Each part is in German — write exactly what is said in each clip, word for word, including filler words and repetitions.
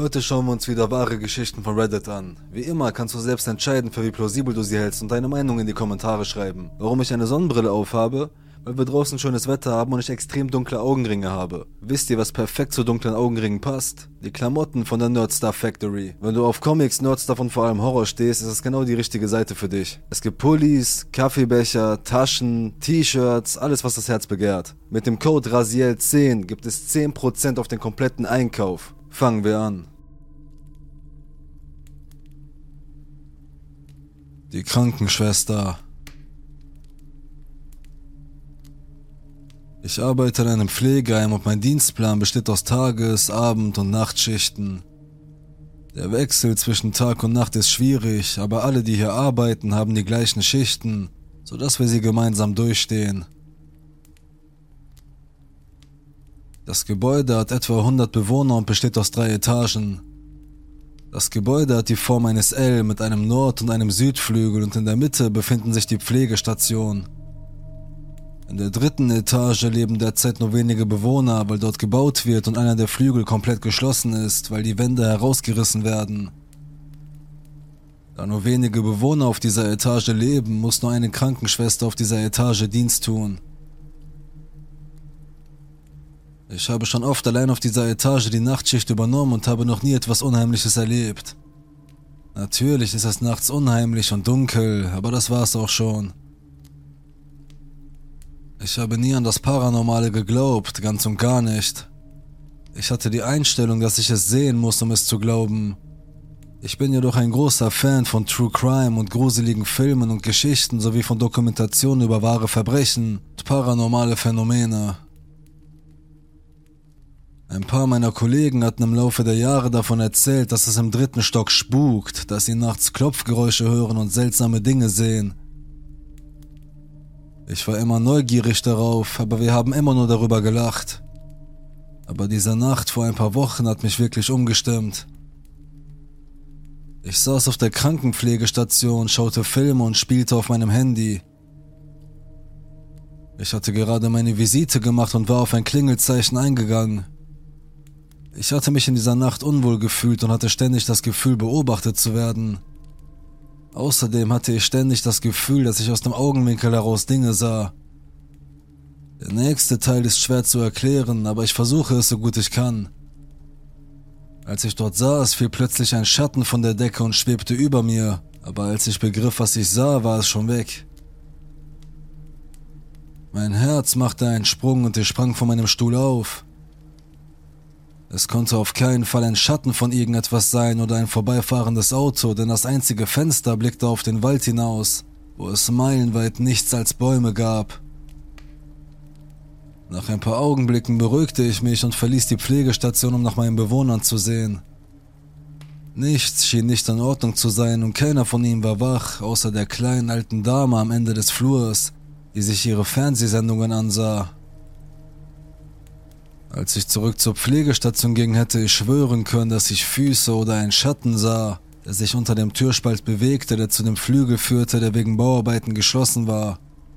Heute schauen wir uns wieder wahre Geschichten von Reddit an. Wie immer kannst du selbst entscheiden, für wie plausibel du sie hältst und deine Meinung in die Kommentare schreiben. Warum ich eine Sonnenbrille aufhabe? Weil wir draußen schönes Wetter haben und ich extrem dunkle Augenringe habe. Wisst ihr, was perfekt zu dunklen Augenringen passt? Die Klamotten von der Nerdstuff Factory. Wenn du auf Comics, Nerdstuff und vor allem Horror stehst, ist es genau die richtige Seite für dich. Es gibt Pullis, Kaffeebecher, Taschen, T-Shirts, alles was das Herz begehrt. Mit dem Code Raziel zehn gibt es zehn Prozent auf den kompletten Einkauf. Fangen wir an. Die Krankenschwester. Ich arbeite in einem Pflegeheim und mein Dienstplan besteht aus Tages-, Abend- und Nachtschichten. Der Wechsel zwischen Tag und Nacht ist schwierig, aber alle, die hier arbeiten, haben die gleichen Schichten, sodass wir sie gemeinsam durchstehen. Das Gebäude hat etwa hundert Bewohner und besteht aus drei Etagen. Das Gebäude hat die Form eines L mit einem Nord- und einem Südflügel und in der Mitte befinden sich die Pflegestationen. In der dritten Etage leben derzeit nur wenige Bewohner, weil dort gebaut wird und einer der Flügel komplett geschlossen ist, weil die Wände herausgerissen werden. Da nur wenige Bewohner auf dieser Etage leben, muss nur eine Krankenschwester auf dieser Etage Dienst tun. Ich habe schon oft allein auf dieser Etage die Nachtschicht übernommen und habe noch nie etwas Unheimliches erlebt. Natürlich ist es nachts unheimlich und dunkel, aber das war's auch schon. Ich habe nie an das Paranormale geglaubt, ganz und gar nicht. Ich hatte die Einstellung, dass ich es sehen muss, um es zu glauben. Ich bin jedoch ein großer Fan von True Crime und gruseligen Filmen und Geschichten sowie von Dokumentationen über wahre Verbrechen und paranormale Phänomene. Ein paar meiner Kollegen hatten im Laufe der Jahre davon erzählt, dass es im dritten Stock spukt, dass sie nachts Klopfgeräusche hören und seltsame Dinge sehen. Ich war immer neugierig darauf, aber wir haben immer nur darüber gelacht. Aber diese Nacht vor ein paar Wochen hat mich wirklich umgestimmt. Ich saß auf der Krankenpflegestation, schaute Filme und spielte auf meinem Handy. Ich hatte gerade meine Visite gemacht und war auf ein Klingelzeichen eingegangen. Ich hatte mich in dieser Nacht unwohl gefühlt und hatte ständig das Gefühl, beobachtet zu werden. Außerdem hatte ich ständig das Gefühl, dass ich aus dem Augenwinkel heraus Dinge sah. Der nächste Teil ist schwer zu erklären, aber ich versuche es so gut ich kann. Als ich dort saß, fiel plötzlich ein Schatten von der Decke und schwebte über mir, aber als ich begriff, was ich sah, war es schon weg. Mein Herz machte einen Sprung und ich sprang von meinem Stuhl auf. Es konnte auf keinen Fall ein Schatten von irgendetwas sein oder ein vorbeifahrendes Auto, denn das einzige Fenster blickte auf den Wald hinaus, wo es meilenweit nichts als Bäume gab. Nach ein paar Augenblicken beruhigte ich mich und verließ die Pflegestation, um nach meinen Bewohnern zu sehen. Nichts schien nicht in Ordnung zu sein und keiner von ihnen war wach, außer der kleinen alten Dame am Ende des Flurs, die sich ihre Fernsehsendungen ansah. Als ich zurück zur Pflegestation ging, hätte ich schwören können, dass ich Füße oder einen Schatten sah, der sich unter dem Türspalt bewegte, der zu dem Flügel führte, der wegen Bauarbeiten geschlossen war.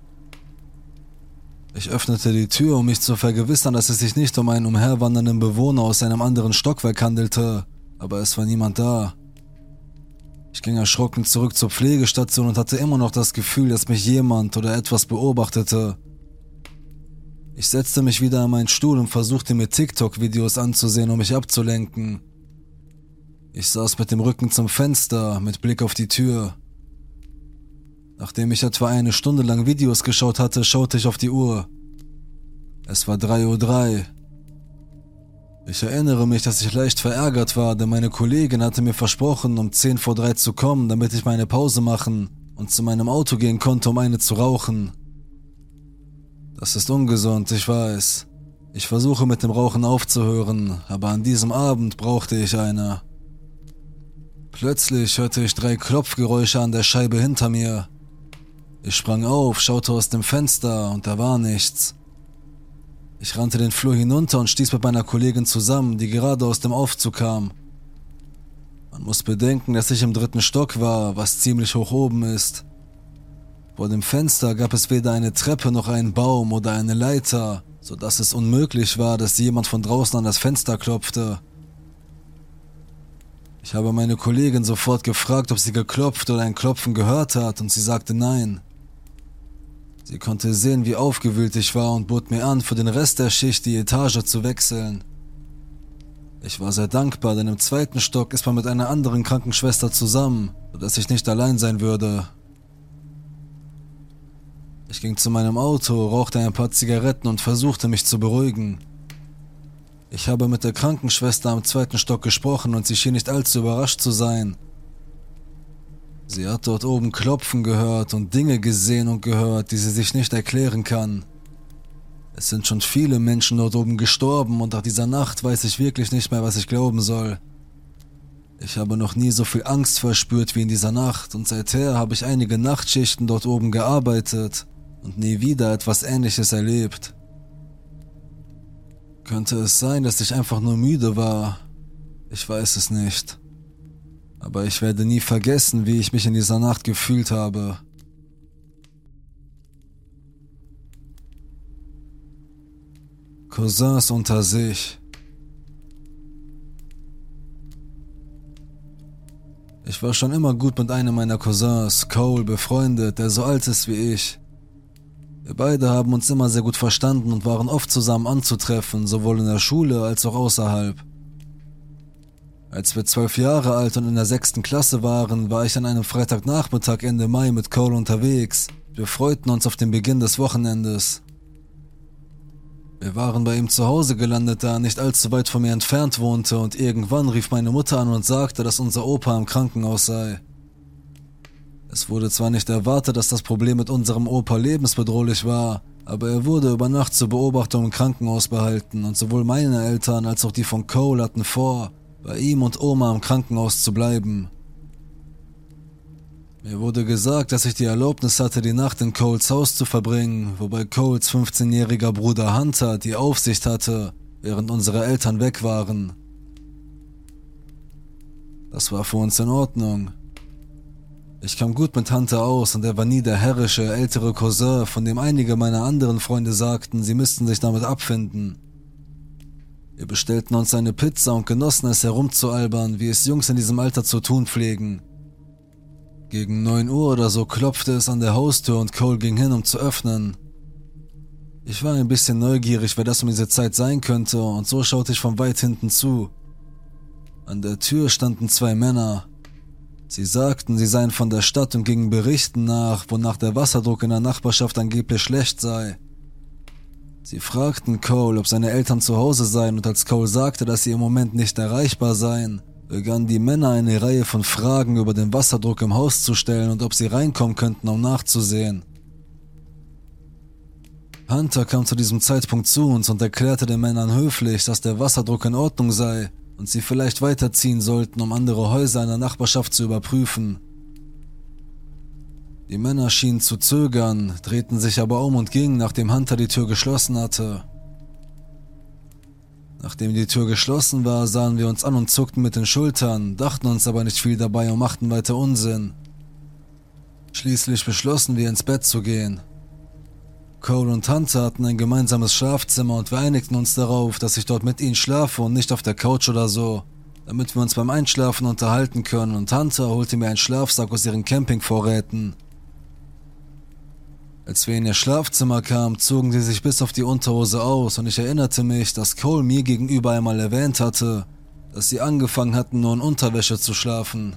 Ich öffnete die Tür, um mich zu vergewissern, dass es sich nicht um einen umherwandernden Bewohner aus einem anderen Stockwerk handelte, aber es war niemand da. Ich ging erschrocken zurück zur Pflegestation und hatte immer noch das Gefühl, dass mich jemand oder etwas beobachtete. Ich setzte mich wieder an meinen Stuhl und versuchte mir TikTok-Videos anzusehen, um mich abzulenken. Ich saß mit dem Rücken zum Fenster, mit Blick auf die Tür. Nachdem ich etwa eine Stunde lang Videos geschaut hatte, schaute ich auf die Uhr. Es war drei Uhr drei. Ich erinnere mich, dass ich leicht verärgert war, denn meine Kollegin hatte mir versprochen, um zehn vor drei zu kommen, damit ich meine Pause machen und zu meinem Auto gehen konnte, um eine zu rauchen. Das ist ungesund, ich weiß. Ich versuche mit dem Rauchen aufzuhören, aber an diesem Abend brauchte ich eine. Plötzlich hörte ich drei Klopfgeräusche an der Scheibe hinter mir. Ich sprang auf, schaute aus dem Fenster und da war nichts. Ich rannte den Flur hinunter und stieß mit meiner Kollegin zusammen, die gerade aus dem Aufzug kam. Man muss bedenken, dass ich im dritten Stock war, was ziemlich hoch oben ist. Vor dem Fenster gab es weder eine Treppe noch einen Baum oder eine Leiter, sodass es unmöglich war, dass jemand von draußen an das Fenster klopfte. Ich habe meine Kollegin sofort gefragt, ob sie geklopft oder ein Klopfen gehört hat, und sie sagte nein. Sie konnte sehen, wie aufgewühlt ich war und bot mir an, für den Rest der Schicht die Etage zu wechseln. Ich war sehr dankbar, denn im zweiten Stock ist man mit einer anderen Krankenschwester zusammen, sodass ich nicht allein sein würde. Ich ging zu meinem Auto, rauchte ein paar Zigaretten und versuchte mich zu beruhigen. Ich habe mit der Krankenschwester am zweiten Stock gesprochen und sie schien nicht allzu überrascht zu sein. Sie hat dort oben Klopfen gehört und Dinge gesehen und gehört, die sie sich nicht erklären kann. Es sind schon viele Menschen dort oben gestorben und nach dieser Nacht weiß ich wirklich nicht mehr, was ich glauben soll. Ich habe noch nie so viel Angst verspürt wie in dieser Nacht und seither habe ich einige Nachtschichten dort oben gearbeitet und nie wieder etwas Ähnliches erlebt. Könnte es sein, dass ich einfach nur müde war? Ich weiß es nicht. Aber ich werde nie vergessen, wie ich mich in dieser Nacht gefühlt habe. Cousins unter sich. Ich war schon immer gut mit einem meiner Cousins, Cole, befreundet, der so alt ist wie ich. Wir beide haben uns immer sehr gut verstanden und waren oft zusammen anzutreffen, sowohl in der Schule als auch außerhalb. Als wir zwölf Jahre alt und in der sechsten Klasse waren, war ich an einem Freitagnachmittag Ende Mai mit Cole unterwegs. Wir freuten uns auf den Beginn des Wochenendes. Wir waren bei ihm zu Hause gelandet, da er nicht allzu weit von mir entfernt wohnte, und irgendwann rief meine Mutter an und sagte, dass unser Opa im Krankenhaus sei. Es wurde zwar nicht erwartet, dass das Problem mit unserem Opa lebensbedrohlich war, aber er wurde über Nacht zur Beobachtung im Krankenhaus behalten und sowohl meine Eltern als auch die von Cole hatten vor, bei ihm und Oma im Krankenhaus zu bleiben. Mir wurde gesagt, dass ich die Erlaubnis hatte, die Nacht in Coles Haus zu verbringen, wobei Coles fünfzehnjähriger Bruder Hunter die Aufsicht hatte, während unsere Eltern weg waren. Das war für uns in Ordnung. Ich kam gut mit Hunter aus und er war nie der herrische, ältere Cousin, von dem einige meiner anderen Freunde sagten, sie müssten sich damit abfinden. Wir bestellten uns eine Pizza und genossen es herumzualbern, wie es Jungs in diesem Alter zu tun pflegen. Gegen neun Uhr oder so klopfte es an der Haustür und Cole ging hin, um zu öffnen. Ich war ein bisschen neugierig, wer das um diese Zeit sein könnte, und so schaute ich von weit hinten zu. An der Tür standen zwei Männer. Sie sagten, sie seien von der Stadt und gingen Berichten nach, wonach der Wasserdruck in der Nachbarschaft angeblich schlecht sei. Sie fragten Cole, ob seine Eltern zu Hause seien, und als Cole sagte, dass sie im Moment nicht erreichbar seien, begannen die Männer eine Reihe von Fragen über den Wasserdruck im Haus zu stellen und ob sie reinkommen könnten, um nachzusehen. Hunter kam zu diesem Zeitpunkt zu uns und erklärte den Männern höflich, dass der Wasserdruck in Ordnung sei und sie vielleicht weiterziehen sollten, um andere Häuser in der Nachbarschaft zu überprüfen. Die Männer schienen zu zögern, drehten sich aber um und gingen, nachdem Hunter die Tür geschlossen hatte. Nachdem die Tür geschlossen war, sahen wir uns an und zuckten mit den Schultern, dachten uns aber nicht viel dabei und machten weiter Unsinn. Schließlich beschlossen wir, ins Bett zu gehen. Cole und Hunter hatten ein gemeinsames Schlafzimmer und wir einigten uns darauf, dass ich dort mit ihnen schlafe und nicht auf der Couch oder so, damit wir uns beim Einschlafen unterhalten können, und Hunter holte mir einen Schlafsack aus ihren Campingvorräten. Als wir in ihr Schlafzimmer kamen, zogen sie sich bis auf die Unterhose aus und ich erinnerte mich, dass Cole mir gegenüber einmal erwähnt hatte, dass sie angefangen hatten, nur in Unterwäsche zu schlafen.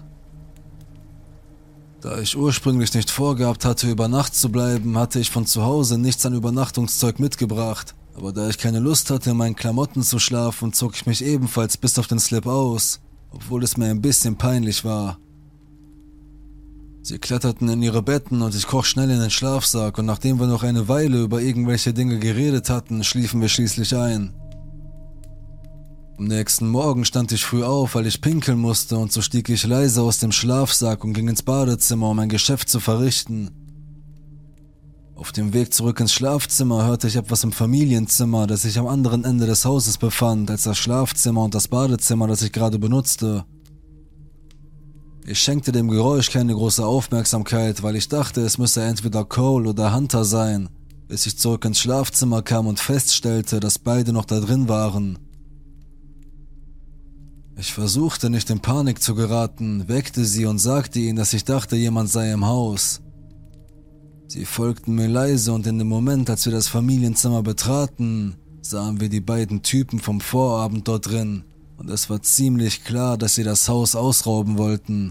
Da ich ursprünglich nicht vorgehabt hatte, über Nacht zu bleiben, hatte ich von zu Hause nichts an Übernachtungszeug mitgebracht, aber da ich keine Lust hatte, in meinen Klamotten zu schlafen, zog ich mich ebenfalls bis auf den Slip aus, obwohl es mir ein bisschen peinlich war. Sie kletterten in ihre Betten und ich kroch schnell in den Schlafsack, und nachdem wir noch eine Weile über irgendwelche Dinge geredet hatten, schliefen wir schließlich ein. Am nächsten Morgen stand ich früh auf, weil ich pinkeln musste, und so stieg ich leise aus dem Schlafsack und ging ins Badezimmer, um ein Geschäft zu verrichten. Auf dem Weg zurück ins Schlafzimmer hörte ich etwas im Familienzimmer, das sich am anderen Ende des Hauses befand, als das Schlafzimmer und das Badezimmer, das ich gerade benutzte. Ich schenkte dem Geräusch keine große Aufmerksamkeit, weil ich dachte, es müsse entweder Cole oder Hunter sein, bis ich zurück ins Schlafzimmer kam und feststellte, dass beide noch da drin waren. Ich versuchte nicht in Panik zu geraten, weckte sie und sagte ihnen, dass ich dachte, jemand sei im Haus. Sie folgten mir leise und in dem Moment, als wir das Familienzimmer betraten, sahen wir die beiden Typen vom Vorabend dort drin und es war ziemlich klar, dass sie das Haus ausrauben wollten.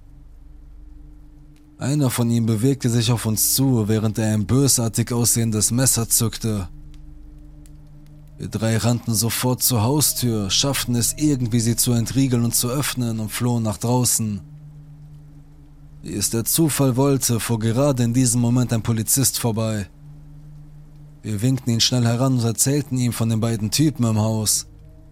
Einer von ihnen bewegte sich auf uns zu, während er ein bösartig aussehendes Messer zückte. Wir drei rannten sofort zur Haustür, schafften es irgendwie, sie zu entriegeln und zu öffnen und flohen nach draußen. Wie es der Zufall wollte, fuhr gerade in diesem Moment ein Polizist vorbei. Wir winkten ihn schnell heran und erzählten ihm von den beiden Typen im Haus.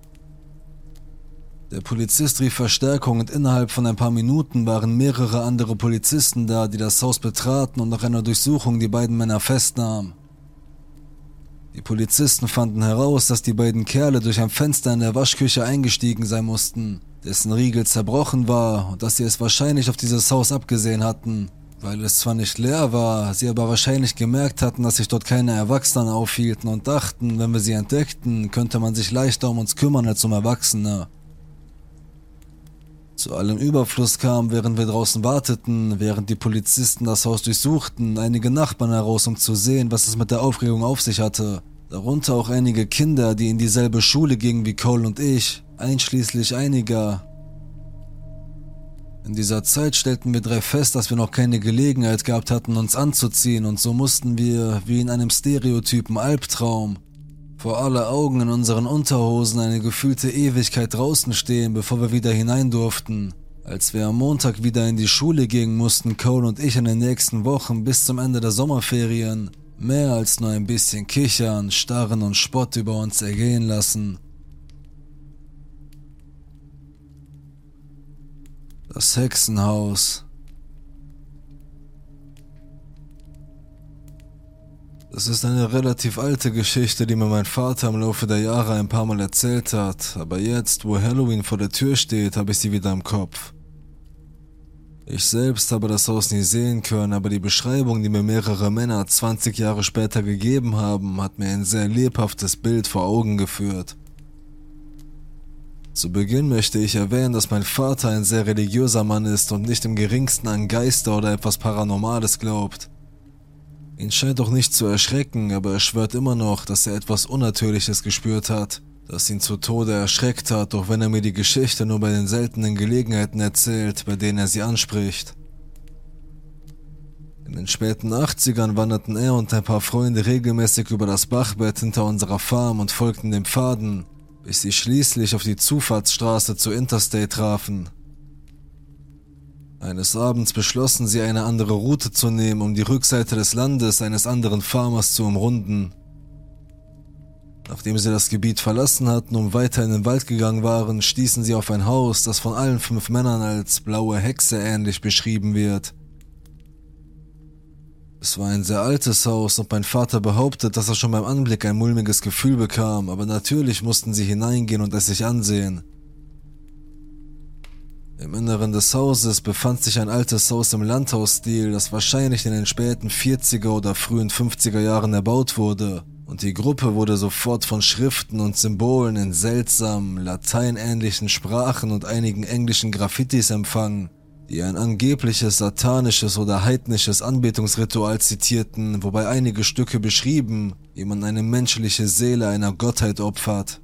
Der Polizist rief Verstärkung und innerhalb von ein paar Minuten waren mehrere andere Polizisten da, die das Haus betraten und nach einer Durchsuchung die beiden Männer festnahmen. Die Polizisten fanden heraus, dass die beiden Kerle durch ein Fenster in der Waschküche eingestiegen sein mussten, dessen Riegel zerbrochen war und dass sie es wahrscheinlich auf dieses Haus abgesehen hatten, weil es zwar nicht leer war, sie aber wahrscheinlich gemerkt hatten, dass sich dort keine Erwachsenen aufhielten und dachten, wenn wir sie entdeckten, könnte man sich leichter um uns kümmern als um Erwachsene. Zu allem Überfluss kam, während wir draußen warteten, während die Polizisten das Haus durchsuchten, einige Nachbarn heraus, um zu sehen, was es mit der Aufregung auf sich hatte. Darunter auch einige Kinder, die in dieselbe Schule gingen wie Cole und ich, einschließlich einiger. In dieser Zeit stellten wir drei fest, dass wir noch keine Gelegenheit gehabt hatten, uns anzuziehen, und so mussten wir, wie in einem stereotypen Albtraum, vor aller Augen in unseren Unterhosen eine gefühlte Ewigkeit draußen stehen, bevor wir wieder hinein durften. Als wir am Montag wieder in die Schule gingen, mussten Cole und ich in den nächsten Wochen bis zum Ende der Sommerferien mehr als nur ein bisschen kichern, starren und Spott über uns ergehen lassen. Das Hexenhaus. Das ist eine relativ alte Geschichte, die mir mein Vater im Laufe der Jahre ein paar Mal erzählt hat, aber jetzt, wo Halloween vor der Tür steht, habe ich sie wieder im Kopf. Ich selbst habe das Haus nie sehen können, aber die Beschreibung, die mir mehrere Männer zwanzig Jahre später gegeben haben, hat mir ein sehr lebhaftes Bild vor Augen geführt. Zu Beginn möchte ich erwähnen, dass mein Vater ein sehr religiöser Mann ist und nicht im geringsten an Geister oder etwas Paranormales glaubt. Ihn scheint auch nicht zu erschrecken, aber er schwört immer noch, dass er etwas Unnatürliches gespürt hat, das ihn zu Tode erschreckt hat, auch wenn er mir die Geschichte nur bei den seltenen Gelegenheiten erzählt, bei denen er sie anspricht. In den späten achtzigern wanderten er und ein paar Freunde regelmäßig über das Bachbett hinter unserer Farm und folgten den Pfaden, bis sie schließlich auf die Zufahrtsstraße zur Interstate trafen. Eines Abends beschlossen sie, eine andere Route zu nehmen, um die Rückseite des Landes eines anderen Farmers zu umrunden. Nachdem sie das Gebiet verlassen hatten und weiter in den Wald gegangen waren, stießen sie auf ein Haus, das von allen fünf Männern als blaue Hexe ähnlich beschrieben wird. Es war ein sehr altes Haus und mein Vater behauptet, dass er schon beim Anblick ein mulmiges Gefühl bekam, aber natürlich mussten sie hineingehen und es sich ansehen. Im Inneren des Hauses befand sich ein altes Haus im Landhausstil, das wahrscheinlich in den späten vierziger oder frühen fünfziger Jahren erbaut wurde, und die Gruppe wurde sofort von Schriften und Symbolen in seltsamen, lateinähnlichen Sprachen und einigen englischen Graffitis empfangen, die ein angebliches satanisches oder heidnisches Anbetungsritual zitierten, wobei einige Stücke beschrieben, wie man eine menschliche Seele einer Gottheit opfert.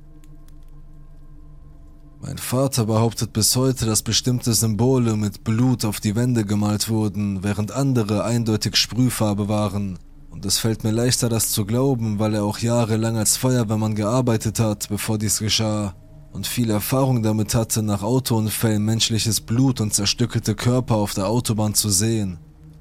Mein Vater behauptet bis heute, dass bestimmte Symbole mit Blut auf die Wände gemalt wurden, während andere eindeutig Sprühfarbe waren. Und es fällt mir leichter, das zu glauben, weil er auch jahrelang als Feuerwehrmann gearbeitet hat, bevor dies geschah, und viel Erfahrung damit hatte, nach Autounfällen menschliches Blut und zerstückelte Körper auf der Autobahn zu sehen.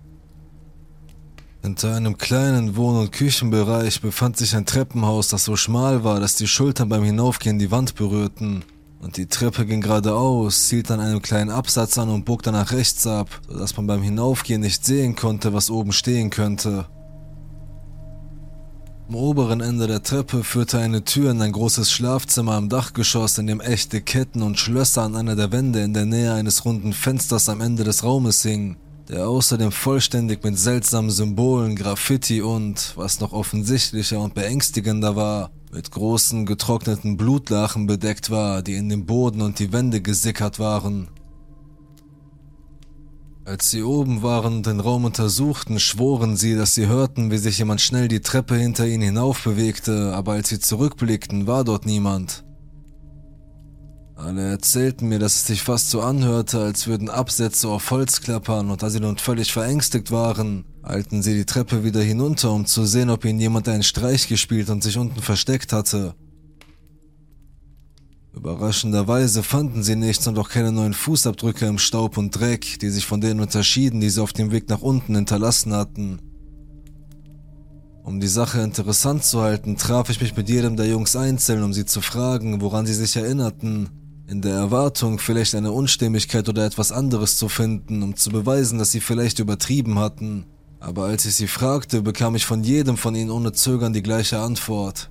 Hinter einem kleinen Wohn- und Küchenbereich befand sich ein Treppenhaus, das so schmal war, dass die Schultern beim Hinaufgehen die Wand berührten. Und die Treppe ging geradeaus, hielt an einem kleinen Absatz an und bog dann nach rechts ab, sodass man beim Hinaufgehen nicht sehen konnte, was oben stehen könnte. Am oberen Ende der Treppe führte eine Tür in ein großes Schlafzimmer im Dachgeschoss, in dem echte Ketten und Schlösser an einer der Wände in der Nähe eines runden Fensters am Ende des Raumes hingen, der außerdem vollständig mit seltsamen Symbolen, Graffiti und, was noch offensichtlicher und beängstigender war, mit großen getrockneten Blutlachen bedeckt war, die in den Boden und die Wände gesickert waren. Als sie oben waren und den Raum untersuchten, schworen sie, dass sie hörten, wie sich jemand schnell die Treppe hinter ihnen hinauf bewegte, aber als sie zurückblickten, war dort niemand. Alle erzählten mir, dass es sich fast so anhörte, als würden Absätze auf Holz klappern, und da sie nun völlig verängstigt waren, eilten sie die Treppe wieder hinunter, um zu sehen, ob ihnen jemand einen Streich gespielt und sich unten versteckt hatte. Überraschenderweise fanden sie nichts und auch keine neuen Fußabdrücke im Staub und Dreck, die sich von denen unterschieden, die sie auf dem Weg nach unten hinterlassen hatten. Um die Sache interessant zu halten, traf ich mich mit jedem der Jungs einzeln, um sie zu fragen, woran sie sich erinnerten, in der Erwartung, vielleicht eine Unstimmigkeit oder etwas anderes zu finden, um zu beweisen, dass sie vielleicht übertrieben hatten. Aber als ich sie fragte, bekam ich von jedem von ihnen ohne Zögern die gleiche Antwort.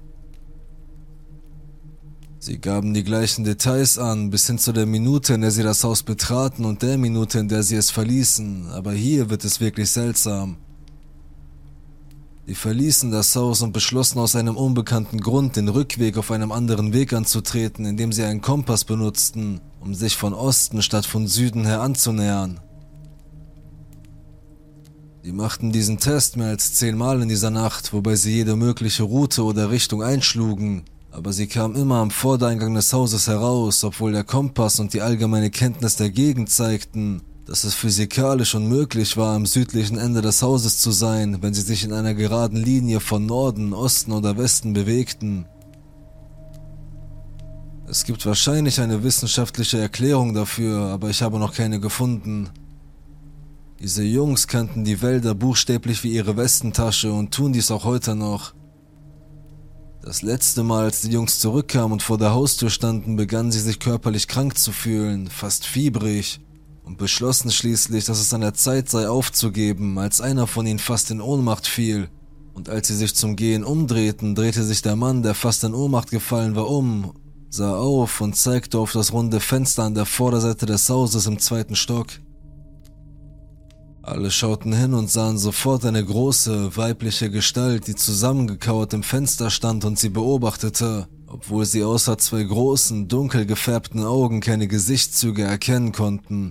Sie gaben die gleichen Details an, bis hin zu der Minute, in der sie das Haus betraten und der Minute, in der sie es verließen, aber hier wird es wirklich seltsam. Sie verließen das Haus und beschlossen aus einem unbekannten Grund, den Rückweg auf einem anderen Weg anzutreten, indem sie einen Kompass benutzten, um sich von Osten statt von Süden her anzunähern. Sie machten diesen Test mehr als zehnmal in dieser Nacht, wobei sie jede mögliche Route oder Richtung einschlugen, aber sie kamen immer am Vordereingang des Hauses heraus, obwohl der Kompass und die allgemeine Kenntnis der Gegend zeigten, dass es physikalisch unmöglich war, am südlichen Ende des Hauses zu sein, wenn sie sich in einer geraden Linie von Norden, Osten oder Westen bewegten. Es gibt wahrscheinlich eine wissenschaftliche Erklärung dafür, aber ich habe noch keine gefunden. Diese Jungs kannten die Wälder buchstäblich wie ihre Westentasche und tun dies auch heute noch. Das letzte Mal, als die Jungs zurückkamen und vor der Haustür standen, begannen sie sich körperlich krank zu fühlen, fast fiebrig, und beschlossen schließlich, dass es an der Zeit sei aufzugeben, als einer von ihnen fast in Ohnmacht fiel. Und als sie sich zum Gehen umdrehten, drehte sich der Mann, der fast in Ohnmacht gefallen war, um, sah auf und zeigte auf das runde Fenster an der Vorderseite des Hauses im zweiten Stock. Alle schauten hin und sahen sofort eine große, weibliche Gestalt, die zusammengekauert im Fenster stand und sie beobachtete, obwohl sie außer zwei großen, dunkel gefärbten Augen keine Gesichtszüge erkennen konnten.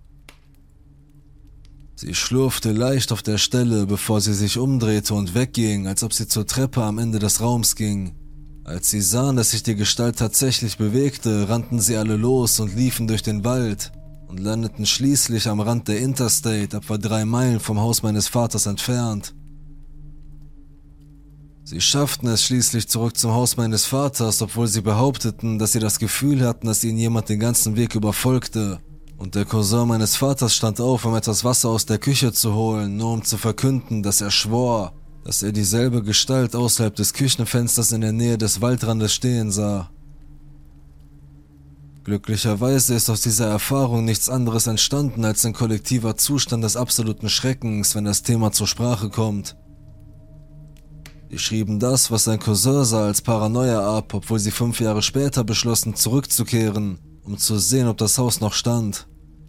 Sie schlurfte leicht auf der Stelle, bevor sie sich umdrehte und wegging, als ob sie zur Treppe am Ende des Raums ging. Als sie sahen, dass sich die Gestalt tatsächlich bewegte, rannten sie alle los und liefen durch den Wald und landeten schließlich am Rand der Interstate, etwa drei Meilen vom Haus meines Vaters entfernt. Sie schafften es schließlich zurück zum Haus meines Vaters, obwohl sie behaupteten, dass sie das Gefühl hatten, dass ihnen jemand den ganzen Weg überfolgte. Und der Cousin meines Vaters stand auf, um etwas Wasser aus der Küche zu holen, nur um zu verkünden, dass er schwor, dass er dieselbe Gestalt außerhalb des Küchenfensters in der Nähe des Waldrandes stehen sah. Glücklicherweise ist aus dieser Erfahrung nichts anderes entstanden als ein kollektiver Zustand des absoluten Schreckens, wenn das Thema zur Sprache kommt. Sie schrieben das, was sein Cousin sah, als Paranoia ab, obwohl sie fünf Jahre später beschlossen, zurückzukehren, um zu sehen, ob das Haus noch stand.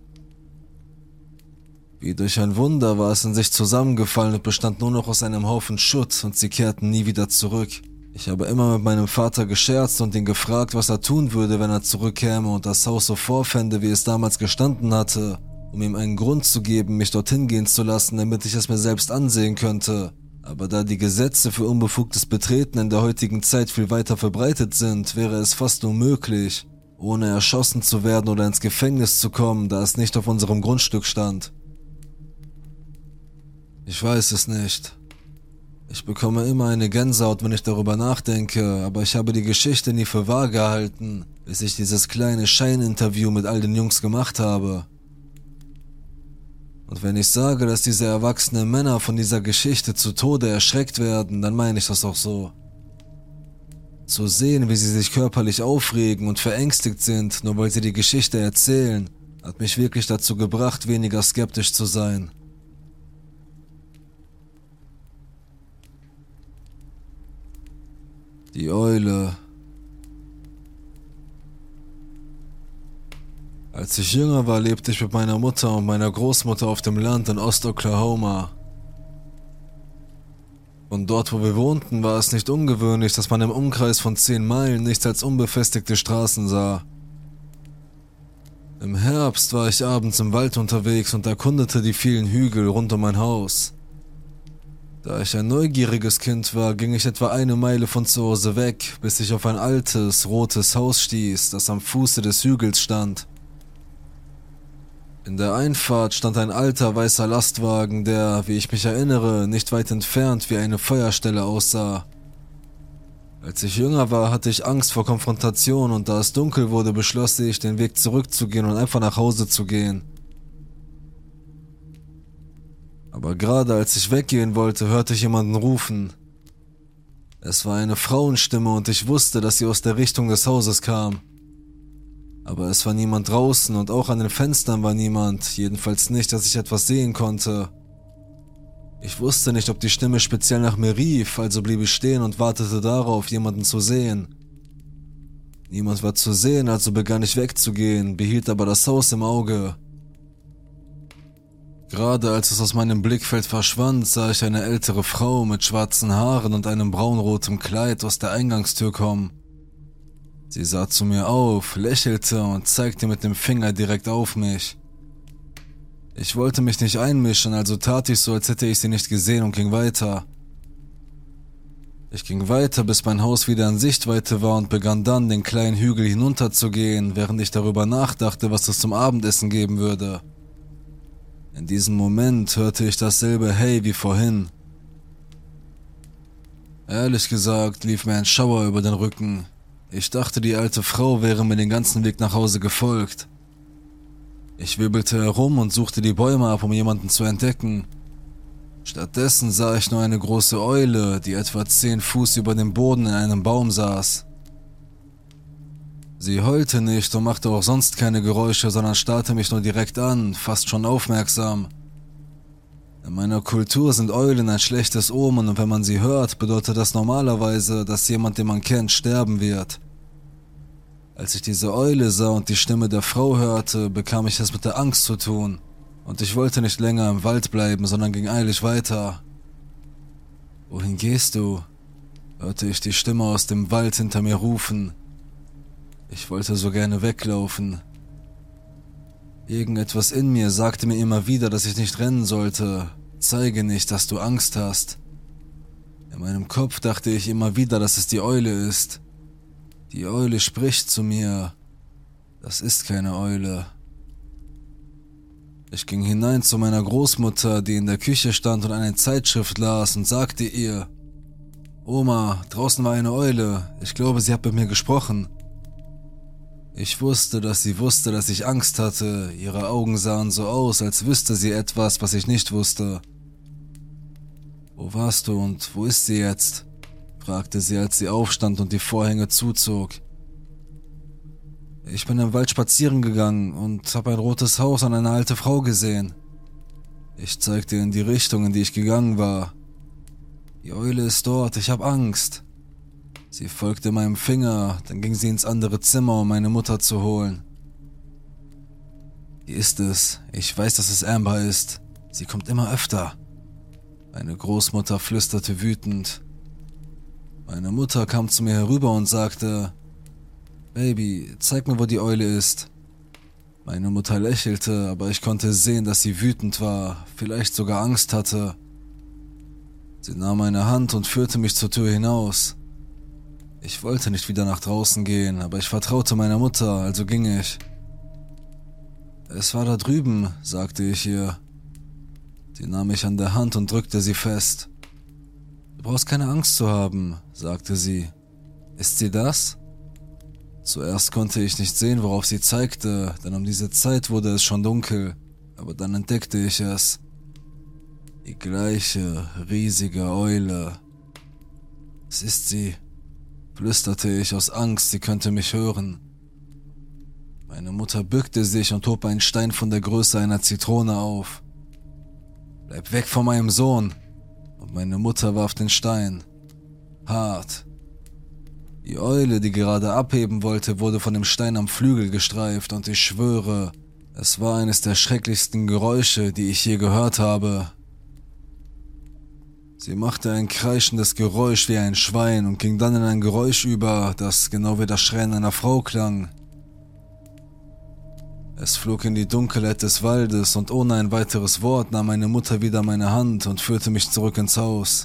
Wie durch ein Wunder war es in sich zusammengefallen und bestand nur noch aus einem Haufen Schutt, und sie kehrten nie wieder zurück. Ich habe immer mit meinem Vater gescherzt und ihn gefragt, was er tun würde, wenn er zurückkäme und das Haus so vorfände, wie es damals gestanden hatte, um ihm einen Grund zu geben, mich dorthin gehen zu lassen, damit ich es mir selbst ansehen könnte. Aber da die Gesetze für unbefugtes Betreten in der heutigen Zeit viel weiter verbreitet sind, wäre es fast unmöglich, ohne erschossen zu werden oder ins Gefängnis zu kommen, da es nicht auf unserem Grundstück stand. Ich weiß es nicht. Ich bekomme immer eine Gänsehaut, wenn ich darüber nachdenke, aber ich habe die Geschichte nie für wahr gehalten, bis ich dieses kleine Scheininterview mit all den Jungs gemacht habe. Und wenn ich sage, dass diese erwachsenen Männer von dieser Geschichte zu Tode erschreckt werden, dann meine ich das auch so. Zu sehen, wie sie sich körperlich aufregen und verängstigt sind, nur weil sie die Geschichte erzählen, hat mich wirklich dazu gebracht, weniger skeptisch zu sein. Die Eule. Als ich jünger war, lebte ich mit meiner Mutter und meiner Großmutter auf dem Land in Ost-Oklahoma. Und dort, wo wir wohnten, war es nicht ungewöhnlich, dass man im Umkreis von zehn Meilen nichts als unbefestigte Straßen sah. Im Herbst war ich abends im Wald unterwegs und erkundete die vielen Hügel rund um mein Haus. Da ich ein neugieriges Kind war, ging ich etwa eine Meile von zu Hause weg, bis ich auf ein altes, rotes Haus stieß, das am Fuße des Hügels stand. In der Einfahrt stand ein alter weißer Lastwagen, der, wie ich mich erinnere, nicht weit entfernt wie eine Feuerstelle aussah. Als ich jünger war, hatte ich Angst vor Konfrontation und da es dunkel wurde, beschloss ich, den Weg zurückzugehen und einfach nach Hause zu gehen. Aber gerade als ich weggehen wollte, hörte ich jemanden rufen. Es war eine Frauenstimme und ich wusste, dass sie aus der Richtung des Hauses kam. Aber es war niemand draußen und auch an den Fenstern war niemand, jedenfalls nicht, dass ich etwas sehen konnte. Ich wusste nicht, ob die Stimme speziell nach mir rief, also blieb ich stehen und wartete darauf, jemanden zu sehen. Niemand war zu sehen, also begann ich wegzugehen, behielt aber das Haus im Auge. Gerade als es aus meinem Blickfeld verschwand, sah ich eine ältere Frau mit schwarzen Haaren und einem braunrotem Kleid aus der Eingangstür kommen. Sie sah zu mir auf, lächelte und zeigte mit dem Finger direkt auf mich. Ich wollte mich nicht einmischen, also tat ich so, als hätte ich sie nicht gesehen und ging weiter. Ich ging weiter, bis mein Haus wieder in Sichtweite war und begann dann, den kleinen Hügel hinunterzugehen, während ich darüber nachdachte, was es zum Abendessen geben würde. In diesem Moment hörte ich dasselbe Hey wie vorhin. Ehrlich gesagt lief mir ein Schauer über den Rücken. Ich dachte, die alte Frau wäre mir den ganzen Weg nach Hause gefolgt. Ich wirbelte herum und suchte die Bäume ab, um jemanden zu entdecken. Stattdessen sah ich nur eine große Eule, die etwa zehn Fuß über dem Boden in einem Baum saß. Sie heulte nicht und machte auch sonst keine Geräusche, sondern starrte mich nur direkt an, fast schon aufmerksam. In meiner Kultur sind Eulen ein schlechtes Omen und wenn man sie hört, bedeutet das normalerweise, dass jemand, den man kennt, sterben wird. Als ich diese Eule sah und die Stimme der Frau hörte, bekam ich es mit der Angst zu tun und ich wollte nicht länger im Wald bleiben, sondern ging eilig weiter. »Wohin gehst du?« hörte ich die Stimme aus dem Wald hinter mir rufen. Ich wollte so gerne weglaufen. Irgendetwas in mir sagte mir immer wieder, dass ich nicht rennen sollte. Zeige nicht, dass du Angst hast. In meinem Kopf dachte ich immer wieder, dass es die Eule ist. Die Eule spricht zu mir. Das ist keine Eule. Ich ging hinein zu meiner Großmutter, die in der Küche stand und eine Zeitschrift las und sagte ihr: Oma, draußen war eine Eule. Ich glaube, sie hat mit mir gesprochen. Ich wusste, dass sie wusste, dass ich Angst hatte. Ihre Augen sahen so aus, als wüsste sie etwas, was ich nicht wusste. »Wo warst du und wo ist sie jetzt?« fragte sie, als sie aufstand und die Vorhänge zuzog. »Ich bin im Wald spazieren gegangen und habe ein rotes Haus und eine alte Frau gesehen.« Ich zeigte in die Richtung, in die ich gegangen war. »Die Eule ist dort, ich habe Angst.« Sie folgte meinem Finger, dann ging sie ins andere Zimmer, um meine Mutter zu holen. »Wie ist es? Ich weiß, dass es Amber ist. Sie kommt immer öfter.« Meine Großmutter flüsterte wütend. Meine Mutter kam zu mir herüber und sagte: »Baby, zeig mir, wo die Eule ist.« Meine Mutter lächelte, aber ich konnte sehen, dass sie wütend war, vielleicht sogar Angst hatte. Sie nahm meine Hand und führte mich zur Tür hinaus. Ich wollte nicht wieder nach draußen gehen, aber ich vertraute meiner Mutter, also ging ich. »Es war da drüben«, sagte ich ihr. Sie nahm mich an der Hand und drückte sie fest. »Du brauchst keine Angst zu haben«, sagte sie. »Ist sie das?« Zuerst konnte ich nicht sehen, worauf sie zeigte, denn um diese Zeit wurde es schon dunkel, aber dann entdeckte ich es. Die gleiche riesige Eule. »Es ist sie«, flüsterte ich aus Angst, sie könnte mich hören. Meine Mutter bückte sich und hob einen Stein von der Größe einer Zitrone auf. »Bleib weg von meinem Sohn!« Und meine Mutter warf den Stein. Hart. Die Eule, die gerade abheben wollte, wurde von dem Stein am Flügel gestreift und ich schwöre, es war eines der schrecklichsten Geräusche, die ich je gehört habe. Sie machte ein kreischendes Geräusch wie ein Schwein und ging dann in ein Geräusch über, das genau wie das Schreien einer Frau klang. Es flog in die Dunkelheit des Waldes und ohne ein weiteres Wort nahm meine Mutter wieder meine Hand und führte mich zurück ins Haus.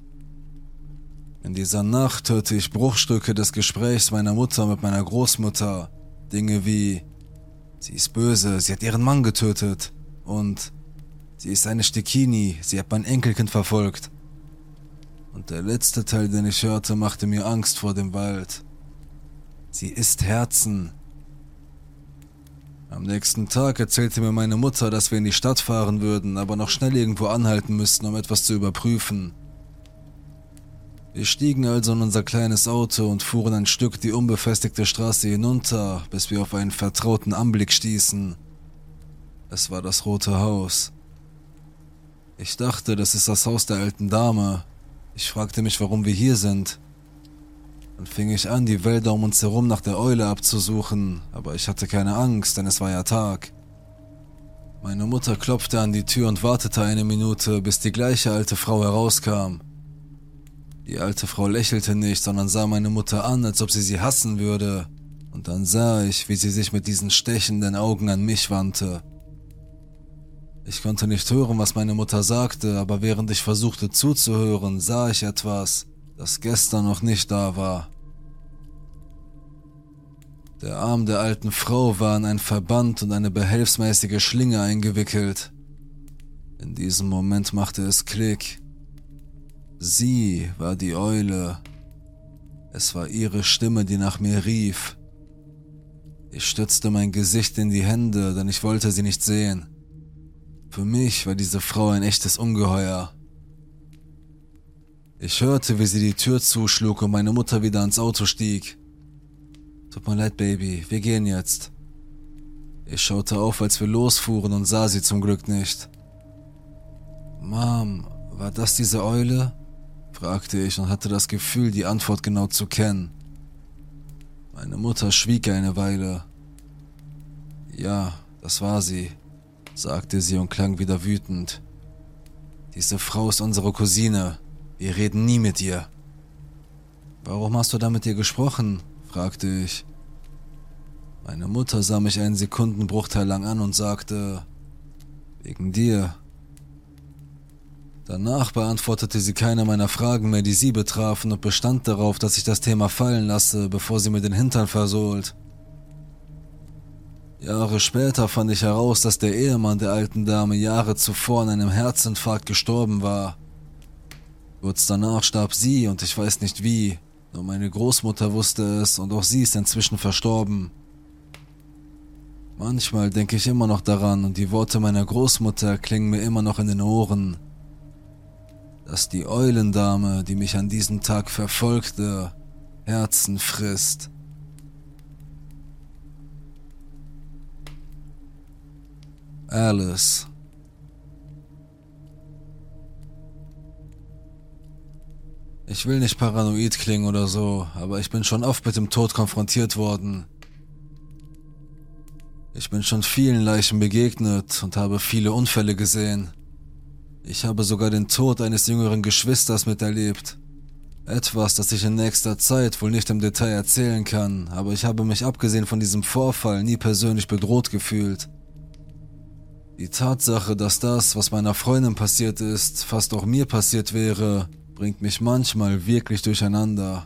In dieser Nacht hörte ich Bruchstücke des Gesprächs meiner Mutter mit meiner Großmutter. Dinge wie: Sie ist böse, sie hat ihren Mann getötet. Und: Sie ist eine Stekini, sie hat mein Enkelkind verfolgt. Und der letzte Teil, den ich hörte, machte mir Angst vor dem Wald. Sie isst Herzen. Am nächsten Tag erzählte mir meine Mutter, dass wir in die Stadt fahren würden, aber noch schnell irgendwo anhalten müssten, um etwas zu überprüfen. Wir stiegen also in unser kleines Auto und fuhren ein Stück die unbefestigte Straße hinunter, bis wir auf einen vertrauten Anblick stießen. Es war das Rote Haus. Ich dachte, das ist das Haus der alten Dame. Ich fragte mich, warum wir hier sind. Dann fing ich an, die Wälder um uns herum nach der Eule abzusuchen, aber ich hatte keine Angst, denn es war ja Tag. Meine Mutter klopfte an die Tür und wartete eine Minute, bis die gleiche alte Frau herauskam. Die alte Frau lächelte nicht, sondern sah meine Mutter an, als ob sie sie hassen würde. Und dann sah ich, wie sie sich mit diesen stechenden Augen an mich wandte. Ich konnte nicht hören, was meine Mutter sagte, aber während ich versuchte zuzuhören, sah ich etwas, das gestern noch nicht da war. Der Arm der alten Frau war in ein Verband und eine behelfsmäßige Schlinge eingewickelt. In diesem Moment machte es Klick. Sie war die Eule. Es war ihre Stimme, die nach mir rief. Ich stützte mein Gesicht in die Hände, denn ich wollte sie nicht sehen. Für mich war diese Frau ein echtes Ungeheuer. Ich hörte, wie sie die Tür zuschlug und meine Mutter wieder ans Auto stieg. Tut mir leid, Baby, wir gehen jetzt. Ich schaute auf, als wir losfuhren und sah sie zum Glück nicht. Mom, war das diese Eule? Fragte ich und hatte das Gefühl, die Antwort genau zu kennen. Meine Mutter schwieg eine Weile. Ja, das war sie, sagte sie und klang wieder wütend. Diese Frau ist unsere Cousine. Wir reden nie mit ihr. Warum hast du da mit ihr gesprochen? Fragte ich. Meine Mutter sah mich einen Sekundenbruchteil lang an und sagte: Wegen dir. Danach beantwortete sie keine meiner Fragen mehr, die sie betrafen, und bestand darauf, dass ich das Thema fallen lasse, bevor sie mir den Hintern versohlt. Jahre später fand ich heraus, dass der Ehemann der alten Dame Jahre zuvor an einem Herzinfarkt gestorben war. Kurz danach starb sie und ich weiß nicht wie, nur meine Großmutter wusste es und auch sie ist inzwischen verstorben. Manchmal denke ich immer noch daran und die Worte meiner Großmutter klingen mir immer noch in den Ohren. Dass die Eulendame, die mich an diesem Tag verfolgte, Herzen frisst. Alice. Ich will nicht paranoid klingen oder so, aber ich bin schon oft mit dem Tod konfrontiert worden. Ich bin schon vielen Leichen begegnet und habe viele Unfälle gesehen. Ich habe sogar den Tod eines jüngeren Geschwisters miterlebt. Etwas, das ich in nächster Zeit wohl nicht im Detail erzählen kann, aber ich habe mich abgesehen von diesem Vorfall nie persönlich bedroht gefühlt. Die Tatsache, dass das, was meiner Freundin passiert ist, fast auch mir passiert wäre, bringt mich manchmal wirklich durcheinander.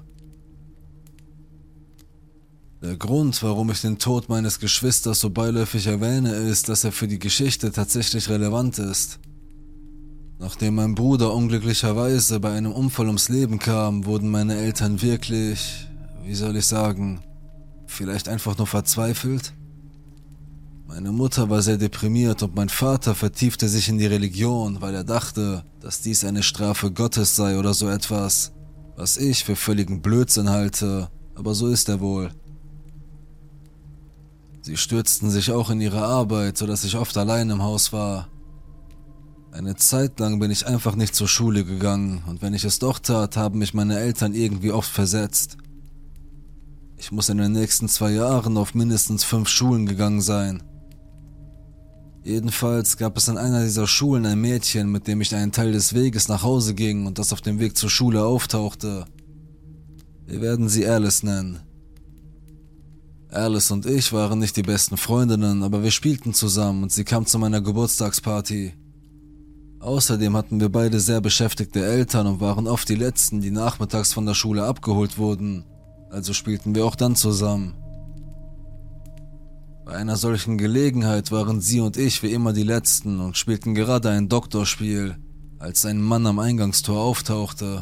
Der Grund, warum ich den Tod meines Geschwisters so beiläufig erwähne, ist, dass er für die Geschichte tatsächlich relevant ist. Nachdem mein Bruder unglücklicherweise bei einem Unfall ums Leben kam, wurden meine Eltern wirklich, wie soll ich sagen, vielleicht einfach nur verzweifelt? Meine Mutter war sehr deprimiert und mein Vater vertiefte sich in die Religion, weil er dachte, dass dies eine Strafe Gottes sei oder so etwas, was ich für völligen Blödsinn halte, aber so ist er wohl. Sie stürzten sich auch in ihre Arbeit, sodass ich oft allein im Haus war. Eine Zeit lang bin ich einfach nicht zur Schule gegangen und wenn ich es doch tat, haben mich meine Eltern irgendwie oft versetzt. Ich muss in den nächsten zwei Jahren auf mindestens fünf Schulen gegangen sein. Jedenfalls gab es in einer dieser Schulen ein Mädchen, mit dem ich einen Teil des Weges nach Hause ging und das auf dem Weg zur Schule auftauchte. Wir werden sie Alice nennen. Alice und ich waren nicht die besten Freundinnen, aber wir spielten zusammen und sie kam zu meiner Geburtstagsparty. Außerdem hatten wir beide sehr beschäftigte Eltern und waren oft die Letzten, die nachmittags von der Schule abgeholt wurden, also spielten wir auch dann zusammen. Bei einer solchen Gelegenheit waren sie und ich wie immer die Letzten und spielten gerade ein Doktorspiel, als ein Mann am Eingangstor auftauchte.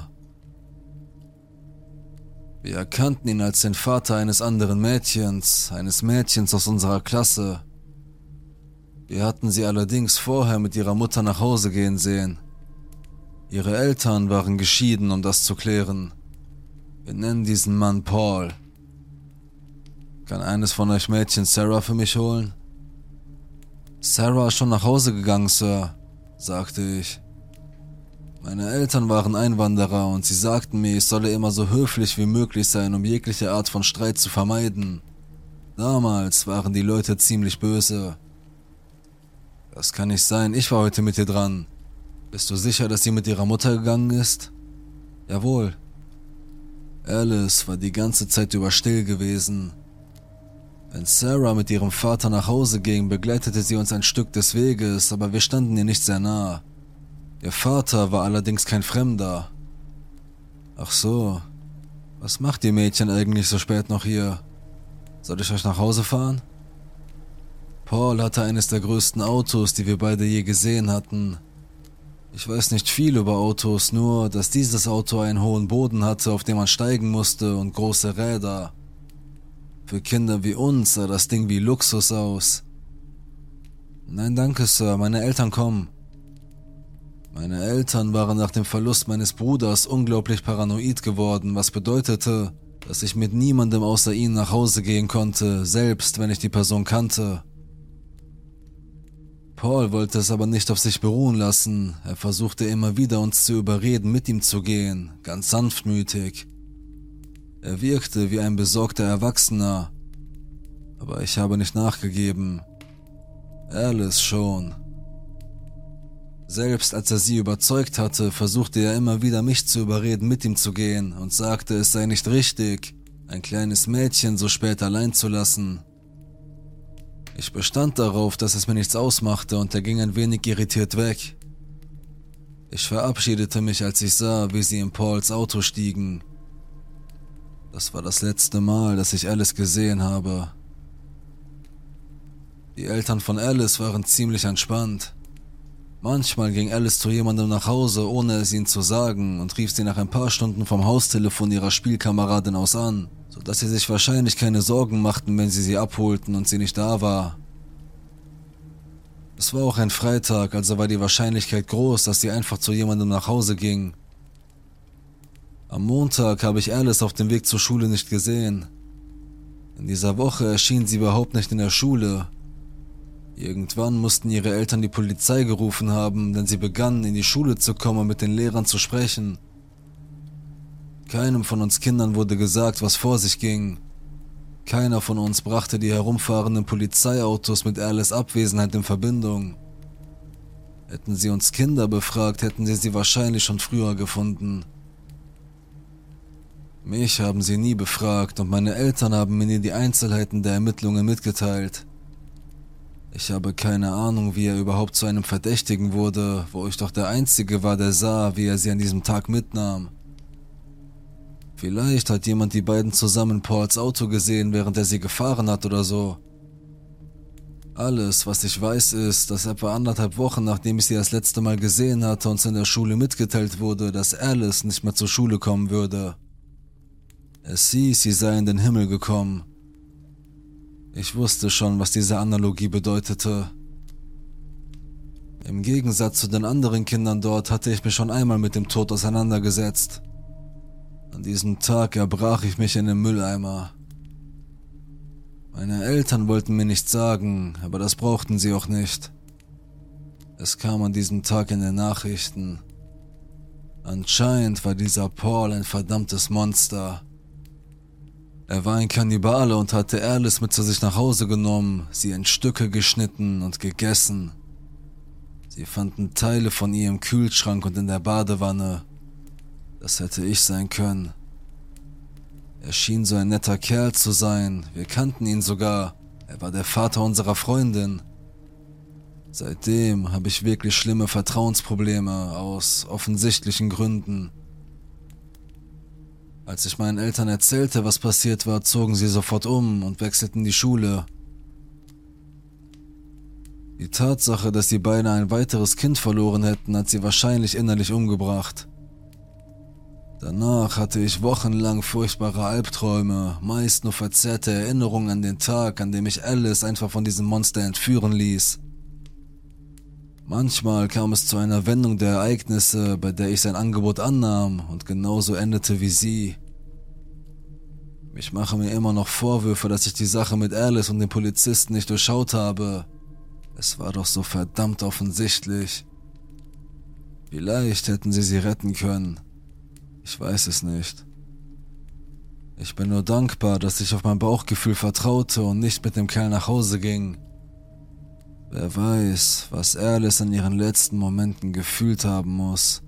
Wir erkannten ihn als den Vater eines anderen Mädchens, eines Mädchens aus unserer Klasse. Wir hatten sie allerdings vorher mit ihrer Mutter nach Hause gehen sehen. Ihre Eltern waren geschieden, um das zu klären. Wir nennen diesen Mann Paul. Kann eines von euch Mädchen Sarah für mich holen? Sarah ist schon nach Hause gegangen, Sir, sagte ich. Meine Eltern waren Einwanderer und sie sagten mir, ich solle immer so höflich wie möglich sein, um jegliche Art von Streit zu vermeiden. Damals waren die Leute ziemlich böse. Das kann nicht sein, ich war heute mit dir dran. Bist du sicher, dass sie mit ihrer Mutter gegangen ist? Jawohl. Alice war die ganze Zeit über still gewesen. Wenn Sarah mit ihrem Vater nach Hause ging, begleitete sie uns ein Stück des Weges, aber wir standen ihr nicht sehr nah. Ihr Vater war allerdings kein Fremder. Ach so, was macht ihr Mädchen eigentlich so spät noch hier? Soll ich euch nach Hause fahren? Paul hatte eines der größten Autos, die wir beide je gesehen hatten. Ich weiß nicht viel über Autos, nur dass dieses Auto einen hohen Boden hatte, auf dem man steigen musste und große Räder. Für Kinder wie uns sah das Ding wie Luxus aus. Nein, danke, Sir, meine Eltern kommen. Meine Eltern waren nach dem Verlust meines Bruders unglaublich paranoid geworden, was bedeutete, dass ich mit niemandem außer ihnen nach Hause gehen konnte, selbst wenn ich die Person kannte. Paul wollte es aber nicht auf sich beruhen lassen. Er versuchte immer wieder, uns zu überreden, mit ihm zu gehen, ganz sanftmütig. Er wirkte wie ein besorgter Erwachsener, aber ich habe nicht nachgegeben. Alice schon. Selbst als er sie überzeugt hatte, versuchte er immer wieder, mich zu überreden, mit ihm zu gehen und sagte, es sei nicht richtig, ein kleines Mädchen so spät allein zu lassen. Ich bestand darauf, dass es mir nichts ausmachte und er ging ein wenig irritiert weg. Ich verabschiedete mich, als ich sah, wie sie in Pauls Auto stiegen. Das war das letzte Mal, dass ich Alice gesehen habe. Die Eltern von Alice waren ziemlich entspannt. Manchmal ging Alice zu jemandem nach Hause, ohne es ihnen zu sagen, und rief sie nach ein paar Stunden vom Haustelefon ihrer Spielkameradin aus an, sodass sie sich wahrscheinlich keine Sorgen machten, wenn sie sie abholten und sie nicht da war. Es war auch ein Freitag, also war die Wahrscheinlichkeit groß, dass sie einfach zu jemandem nach Hause ging. Am Montag habe ich Alice auf dem Weg zur Schule nicht gesehen. In dieser Woche erschien sie überhaupt nicht in der Schule. Irgendwann mussten ihre Eltern die Polizei gerufen haben, denn sie begannen, in die Schule zu kommen und mit den Lehrern zu sprechen. Keinem von uns Kindern wurde gesagt, was vor sich ging. Keiner von uns brachte die herumfahrenden Polizeiautos mit Alice' Abwesenheit in Verbindung. Hätten sie uns Kinder befragt, hätten sie sie wahrscheinlich schon früher gefunden. Mich haben sie nie befragt und meine Eltern haben mir nie die Einzelheiten der Ermittlungen mitgeteilt. Ich habe keine Ahnung, wie er überhaupt zu einem Verdächtigen wurde, wo ich doch der Einzige war, der sah, wie er sie an diesem Tag mitnahm. Vielleicht hat jemand die beiden zusammen in Pauls Auto gesehen, während er sie gefahren hat oder so. Alles, was ich weiß, ist, dass etwa anderthalb Wochen, nachdem ich sie das letzte Mal gesehen hatte, uns in der Schule mitgeteilt wurde, dass Alice nicht mehr zur Schule kommen würde. Es hieß, sie sei in den Himmel gekommen. Ich wusste schon, was diese Analogie bedeutete. Im Gegensatz zu den anderen Kindern dort hatte ich mich schon einmal mit dem Tod auseinandergesetzt. An diesem Tag erbrach ich mich in den Mülleimer. Meine Eltern wollten mir nichts sagen, aber das brauchten sie auch nicht. Es kam an diesem Tag in den Nachrichten. Anscheinend war dieser Paul ein verdammtes Monster. Er war ein Kannibale und hatte Alice mit zu sich nach Hause genommen, sie in Stücke geschnitten und gegessen. Sie fanden Teile von ihr im Kühlschrank und in der Badewanne. Das hätte ich sein können. Er schien so ein netter Kerl zu sein, wir kannten ihn sogar, er war der Vater unserer Freundin. Seitdem habe ich wirklich schlimme Vertrauensprobleme aus offensichtlichen Gründen. Als ich meinen Eltern erzählte, was passiert war, zogen sie sofort um und wechselten die Schule. Die Tatsache, dass sie beide ein weiteres Kind verloren hätten, hat sie wahrscheinlich innerlich umgebracht. Danach hatte ich wochenlang furchtbare Albträume, meist nur verzerrte Erinnerungen an den Tag, an dem ich Alice einfach von diesem Monster entführen ließ. Manchmal kam es zu einer Wendung der Ereignisse, bei der ich sein Angebot annahm und genauso endete wie sie. Ich mache mir immer noch Vorwürfe, dass ich die Sache mit Alice und den Polizisten nicht durchschaut habe. Es war doch so verdammt offensichtlich. Vielleicht hätten sie sie retten können. Ich weiß es nicht. Ich bin nur dankbar, dass ich auf mein Bauchgefühl vertraute und nicht mit dem Kerl nach Hause ging. Wer weiß, was Alice in ihren letzten Momenten gefühlt haben muss.